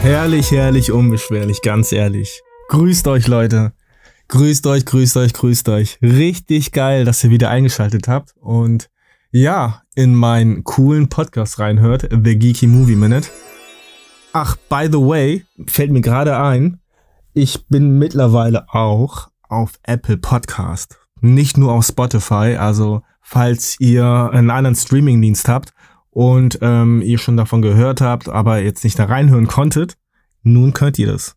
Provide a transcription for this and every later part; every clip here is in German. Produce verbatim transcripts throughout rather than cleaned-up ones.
Herrlich, herrlich, unbeschwerlich, ganz ehrlich. Grüßt euch, Leute. Grüßt euch, grüßt euch, grüßt euch. Richtig geil, dass ihr wieder eingeschaltet habt und ja, in meinen coolen Podcast reinhört, The Geeky Movie Minute. Ach, by the way, fällt mir gerade ein, ich bin mittlerweile auch auf Apple Podcast. Nicht nur auf Spotify, also falls ihr einen anderen Streamingdienst habt und ähm, ihr schon davon gehört habt, aber jetzt nicht da reinhören konntet, nun könnt ihr das.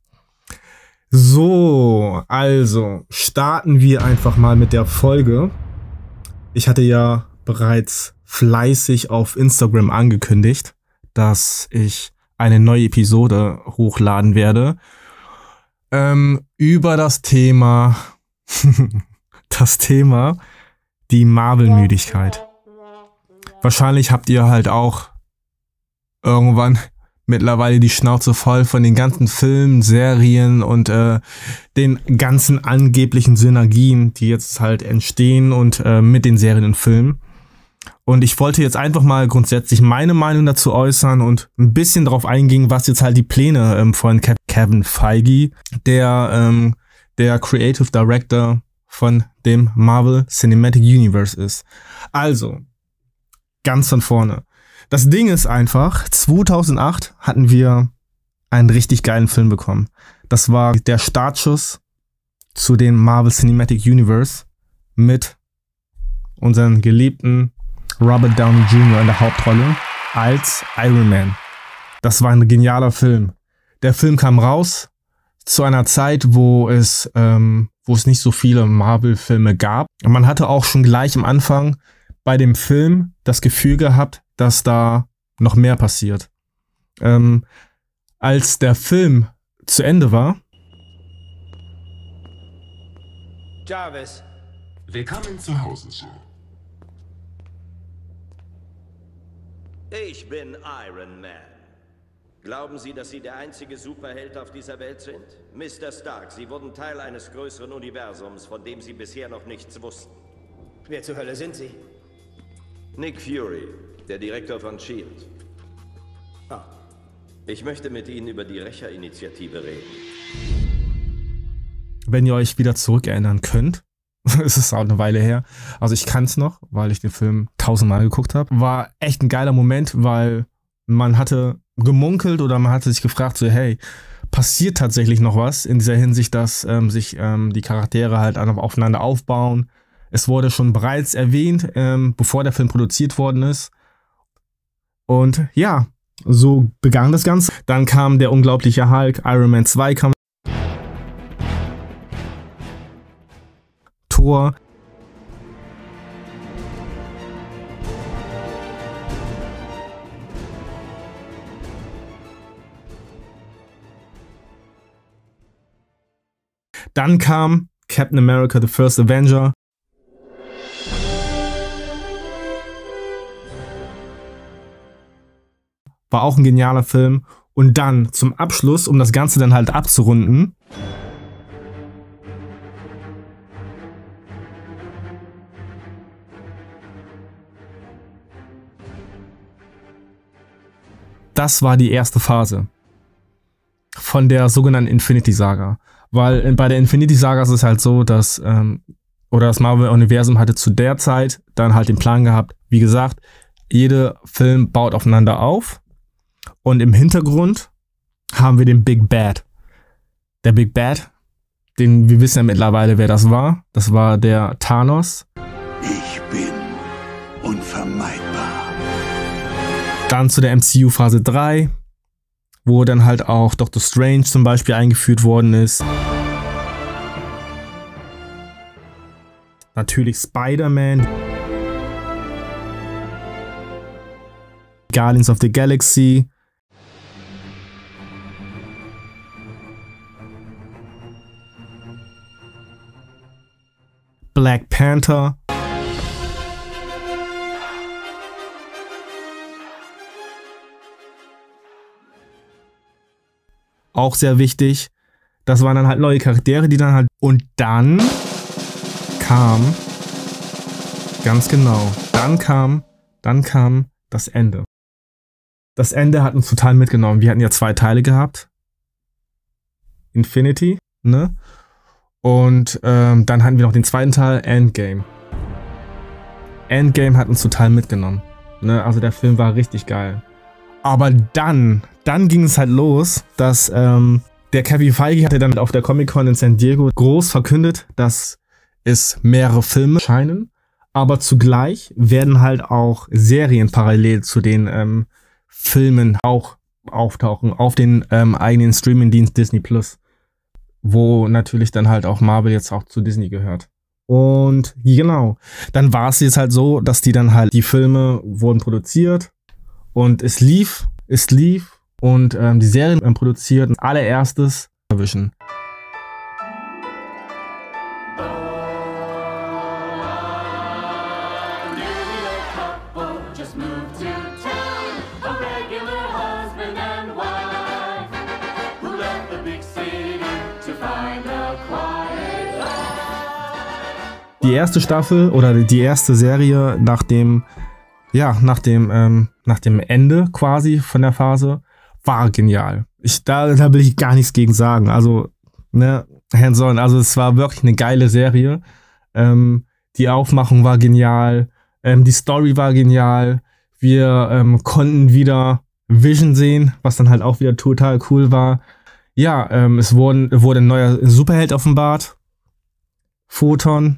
So, also starten wir einfach mal mit der Folge. Ich hatte ja bereits fleißig auf Instagram angekündigt, dass ich eine neue Episode hochladen werde ähm, über das Thema, das Thema, die Marvel-Müdigkeit. Wahrscheinlich habt ihr halt auch irgendwann mittlerweile die Schnauze voll von den ganzen Filmen, Serien und äh, den ganzen angeblichen Synergien, die jetzt halt entstehen und äh, mit den Serien und Filmen. Und ich wollte jetzt einfach mal grundsätzlich meine Meinung dazu äußern und ein bisschen darauf eingehen, was jetzt halt die Pläne ähm, von Kevin Feige, der ähm, der Creative Director von dem Marvel Cinematic Universe ist. Also, ganz von vorne. Das Ding ist einfach, zweitausendacht hatten wir einen richtig geilen Film bekommen. Das war der Startschuss zu dem Marvel Cinematic Universe mit unseren geliebten Robert Downey Junior in der Hauptrolle als Iron Man. Das war ein genialer Film. Der Film kam raus zu einer Zeit, wo es, ähm, wo es nicht so viele Marvel-Filme gab. Und man hatte auch schon gleich am Anfang bei dem Film das Gefühl gehabt, dass da noch mehr passiert. Ähm, als der Film zu Ende war. Jarvis. Willkommen zu Hause, Sir. Ich bin Iron Man. Glauben Sie, dass Sie der einzige Superheld auf dieser Welt sind? Mister Stark, Sie wurden Teil eines größeren Universums, von dem Sie bisher noch nichts wussten. Wer zur Hölle sind Sie? Nick Fury, der Direktor von S H I E L D. Ah. Ich möchte mit Ihnen über die Rächer-Initiative reden. Wenn ihr euch wieder zurückerinnern könnt, es ist auch eine Weile her, also ich kann es noch, weil ich den Film tausendmal geguckt habe, war echt ein geiler Moment, weil man hatte gemunkelt oder man hatte sich gefragt, so hey, passiert tatsächlich noch was in dieser Hinsicht, dass ähm, sich ähm, die Charaktere halt aufeinander aufbauen. Es wurde schon bereits erwähnt, ähm, bevor der Film produziert worden ist. Und ja, so begann das Ganze. Dann kam der unglaubliche Hulk, Iron Man zwei kam. Thor. Dann kam Captain America: The First Avenger. War auch ein genialer Film. Und dann zum Abschluss, um das Ganze dann halt abzurunden, das war die erste Phase von der sogenannten Infinity Saga. Weil bei der Infinity Saga ist es halt so, dass, ähm, oder das Marvel-Universum hatte zu der Zeit dann halt den Plan gehabt, wie gesagt, jeder Film baut aufeinander auf. Und im Hintergrund haben wir den Big Bad. Der Big Bad, den wir wissen ja mittlerweile, wer das war. Das war der Thanos. Ich bin unvermeidbar. Dann zu der M C U Phase drei, wo dann halt auch Doctor Strange zum Beispiel eingeführt worden ist. Natürlich Spider-Man. Guardians of the Galaxy. Black Panther. Auch sehr wichtig. Das waren dann halt neue Charaktere, die dann halt... Und dann kam... Ganz genau. Dann kam... Dann kam das Ende. Das Ende hat uns total mitgenommen. Wir hatten ja zwei Teile gehabt. Infinity, ne? Und ähm, dann hatten wir noch den zweiten Teil, Endgame. Endgame hat uns total mitgenommen, ne? Also der Film war richtig geil. Aber dann, dann ging es halt los, dass ähm, der Kevin Feige hatte dann auf der Comic-Con in San Diego groß verkündet, dass es mehrere Filme erscheinen, aber zugleich werden halt auch Serien parallel zu den ähm, Filmen auch auftauchen auf den ähm, eigenen Streaming-Dienst Disney Plus, wo natürlich dann halt auch Marvel jetzt auch zu Disney gehört. Und genau, dann war es jetzt halt so, dass die dann halt, die Filme wurden produziert und es lief, es lief und ähm, die Serien ähm, produziert. Und allererstes WandaVision. Die erste Staffel oder die erste Serie nach dem, ja, nach dem, ähm, nach dem Ende quasi von der Phase war genial. Ich, da, da will ich gar nichts gegen sagen. Also, ne, hands-on. Also, es war wirklich eine geile Serie. Ähm, die Aufmachung war genial. Ähm, die Story war genial. Wir ähm, konnten wieder Vision sehen, was dann halt auch wieder total cool war. Ja, ähm, es wurden, wurde ein neuer Superheld offenbart. Photon.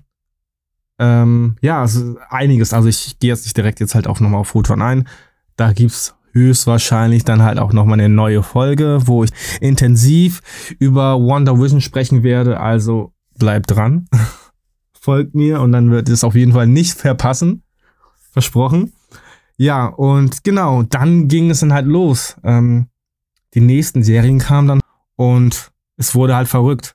Ähm, ja, also einiges. Also ich gehe jetzt nicht direkt jetzt halt auch nochmal auf Photon ein. Da gibt's höchstwahrscheinlich dann halt auch nochmal eine neue Folge, wo ich intensiv über WandaVision sprechen werde. Also bleibt dran. Folgt mir und dann wird es auf jeden Fall nicht verpassen. Versprochen. Ja, und genau, dann ging es dann halt los. Ähm, die nächsten Serien kamen dann und es wurde halt verrückt.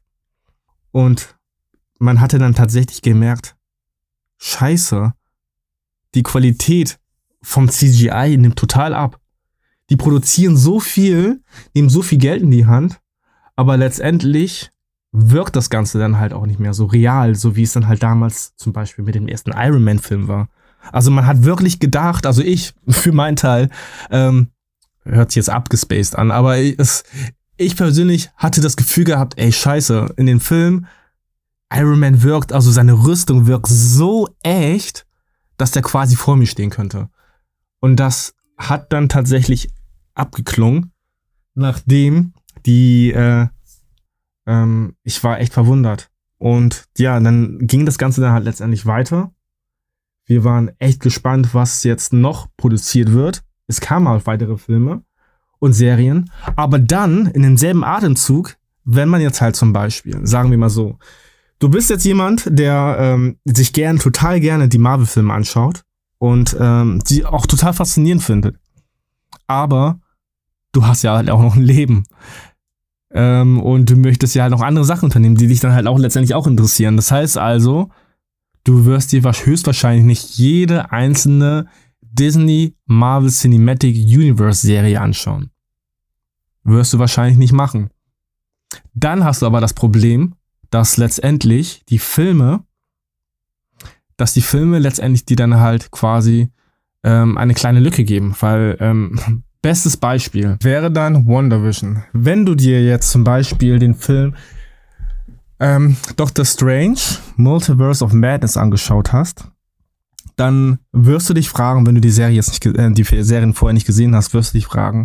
Und man hatte dann tatsächlich gemerkt, Scheiße, die Qualität vom C G I nimmt total ab. Die produzieren so viel, nehmen so viel Geld in die Hand, aber letztendlich wirkt das Ganze dann halt auch nicht mehr so real, so wie es dann halt damals zum Beispiel mit dem ersten Iron Man Film war. Also man hat wirklich gedacht, also ich für meinen Teil, ähm, hört sich jetzt abgespaced an, aber es, ich persönlich hatte das Gefühl gehabt, ey Scheiße, in den Film Iron Man wirkt, also seine Rüstung wirkt so echt, dass der quasi vor mir stehen könnte. Und das hat dann tatsächlich abgeklungen, nachdem die, äh, ähm, ich war echt verwundert. Und ja, dann ging das Ganze dann halt letztendlich weiter. Wir waren echt gespannt, was jetzt noch produziert wird. Es kamen halt weitere Filme und Serien. Aber dann, in demselben Atemzug, wenn man jetzt halt zum Beispiel, sagen wir mal so, du bist jetzt jemand, der ähm, sich gern, total gerne die Marvel-Filme anschaut und ähm, die auch total faszinierend findet. Aber du hast ja halt auch noch ein Leben. Ähm, und du möchtest ja halt noch andere Sachen unternehmen, die dich dann halt auch letztendlich auch interessieren. Das heißt also, du wirst dir höchstwahrscheinlich nicht jede einzelne Disney Marvel Cinematic Universe Serie anschauen. Wirst du wahrscheinlich nicht machen. Dann hast du aber das Problem, dass letztendlich die Filme, dass die Filme letztendlich die dann halt quasi ähm, eine kleine Lücke geben, weil ähm, bestes Beispiel wäre dann WandaVision. Wenn du dir jetzt zum Beispiel den Film ähm, Doctor Strange, Multiverse of Madness angeschaut hast, dann wirst du dich fragen, wenn du die Serie jetzt nicht, äh, die Serien vorher nicht gesehen hast, wirst du dich fragen,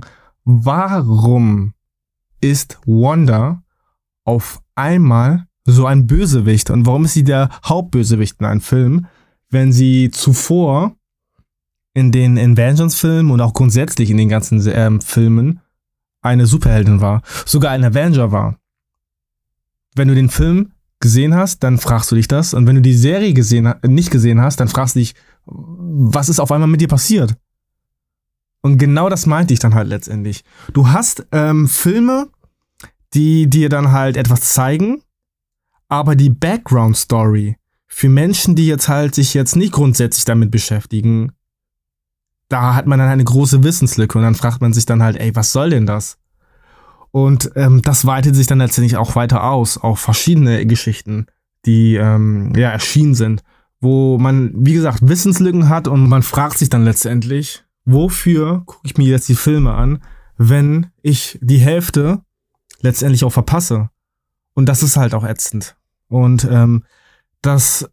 warum ist Wanda auf einmal so ein Bösewicht und warum ist sie der Hauptbösewicht in einem Film, wenn sie zuvor in den Avengers-Filmen und auch grundsätzlich in den ganzen ähm, Filmen eine Superheldin war, sogar ein Avenger war. Wenn du den Film gesehen hast, dann fragst du dich das und wenn du die Serie gesehen, nicht gesehen hast, dann fragst du dich, was ist auf einmal mit dir passiert? Und genau das meinte ich dann halt letztendlich. Du hast ähm, Filme, die dir dann halt etwas zeigen, aber die Background-Story für Menschen, die jetzt halt sich jetzt nicht grundsätzlich damit beschäftigen, da hat man dann eine große Wissenslücke und dann fragt man sich dann halt, ey, was soll denn das? Und ähm, das weitet sich dann letztendlich auch weiter aus auf verschiedene Geschichten, die ähm, ja erschienen sind, wo man, wie gesagt, Wissenslücken hat und man fragt sich dann letztendlich, wofür gucke ich mir jetzt die Filme an, wenn ich die Hälfte letztendlich auch verpasse? Und das ist halt auch ätzend. Und ähm, das,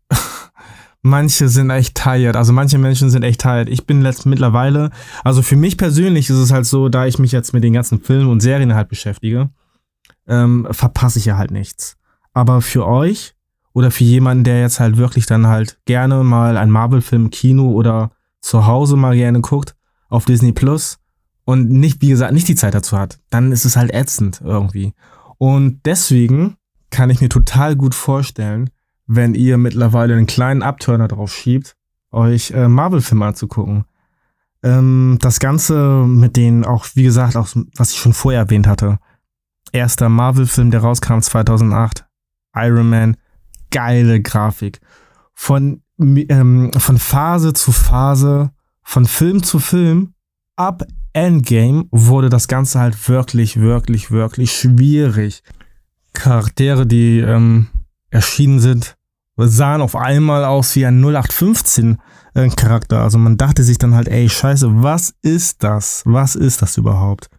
manche sind echt tired. Also manche Menschen sind echt tired. Ich bin letzt, mittlerweile, also für mich persönlich ist es halt so, da ich mich jetzt mit den ganzen Filmen und Serien halt beschäftige, ähm, verpasse ich ja halt nichts. Aber für euch oder für jemanden, der jetzt halt wirklich dann halt gerne mal einen Marvel-Film im Kino oder zu Hause mal gerne guckt, auf Disney Plus und nicht, wie gesagt, nicht die Zeit dazu hat, dann ist es halt ätzend irgendwie. Und deswegen kann ich mir total gut vorstellen, wenn ihr mittlerweile einen kleinen Abturner drauf schiebt, euch äh, Marvel-Filme anzugucken. Ähm, das Ganze mit denen auch, wie gesagt, auch was ich schon vorher erwähnt hatte. Erster Marvel-Film, der rauskam zweitausendacht. Iron Man. Geile Grafik. Von, ähm, von Phase zu Phase, von Film zu Film, ab Endgame wurde das Ganze halt wirklich, wirklich, wirklich schwierig. Charaktere, die ähm, erschienen sind, sahen auf einmal aus wie ein null acht fünfzehn äh, Charakter. Also man dachte sich dann halt, ey, scheiße, was ist das? Was ist das überhaupt?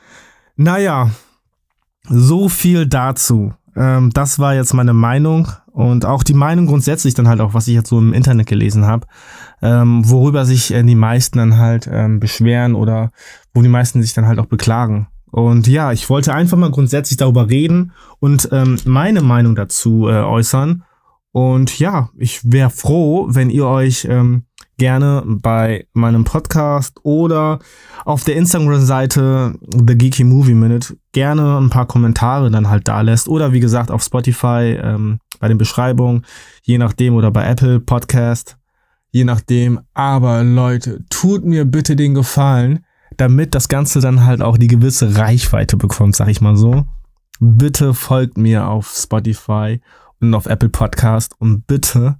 Naja, so viel dazu. Ähm, das war jetzt meine Meinung und auch die Meinung grundsätzlich dann halt auch, was ich jetzt so im Internet gelesen habe, ähm, worüber sich äh, die meisten dann halt ähm, beschweren oder wo die meisten sich dann halt auch beklagen. Und ja, ich wollte einfach mal grundsätzlich darüber reden und ähm, meine Meinung dazu äh, äußern. Und ja, ich wäre froh, wenn ihr euch ähm, gerne bei meinem Podcast oder auf der Instagram-Seite The Geeky Movie Minute gerne ein paar Kommentare dann halt da lässt. Oder wie gesagt auf Spotify ähm, bei den Beschreibungen, je nachdem, oder bei Apple Podcast, je nachdem. Aber Leute, tut mir bitte den Gefallen, damit das Ganze dann halt auch die gewisse Reichweite bekommt, sag ich mal so. Bitte folgt mir auf Spotify und auf Apple Podcast und bitte,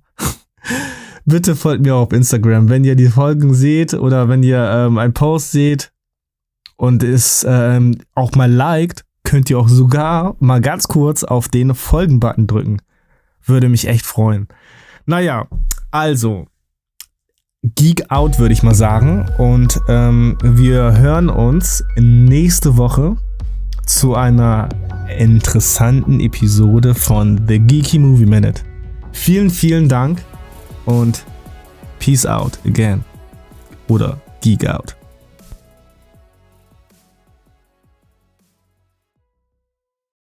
bitte folgt mir auch auf Instagram. Wenn ihr die Folgen seht oder wenn ihr ähm, einen Post seht und es ähm, auch mal liked, könnt ihr auch sogar mal ganz kurz auf den Folgen-Button drücken. Würde mich echt freuen. Naja, also Geek out, würde ich mal sagen. Und ähm, wir hören uns nächste Woche zu einer interessanten Episode von The Geeky Movie Minute. Vielen, vielen Dank und Peace out again. Oder Geek out.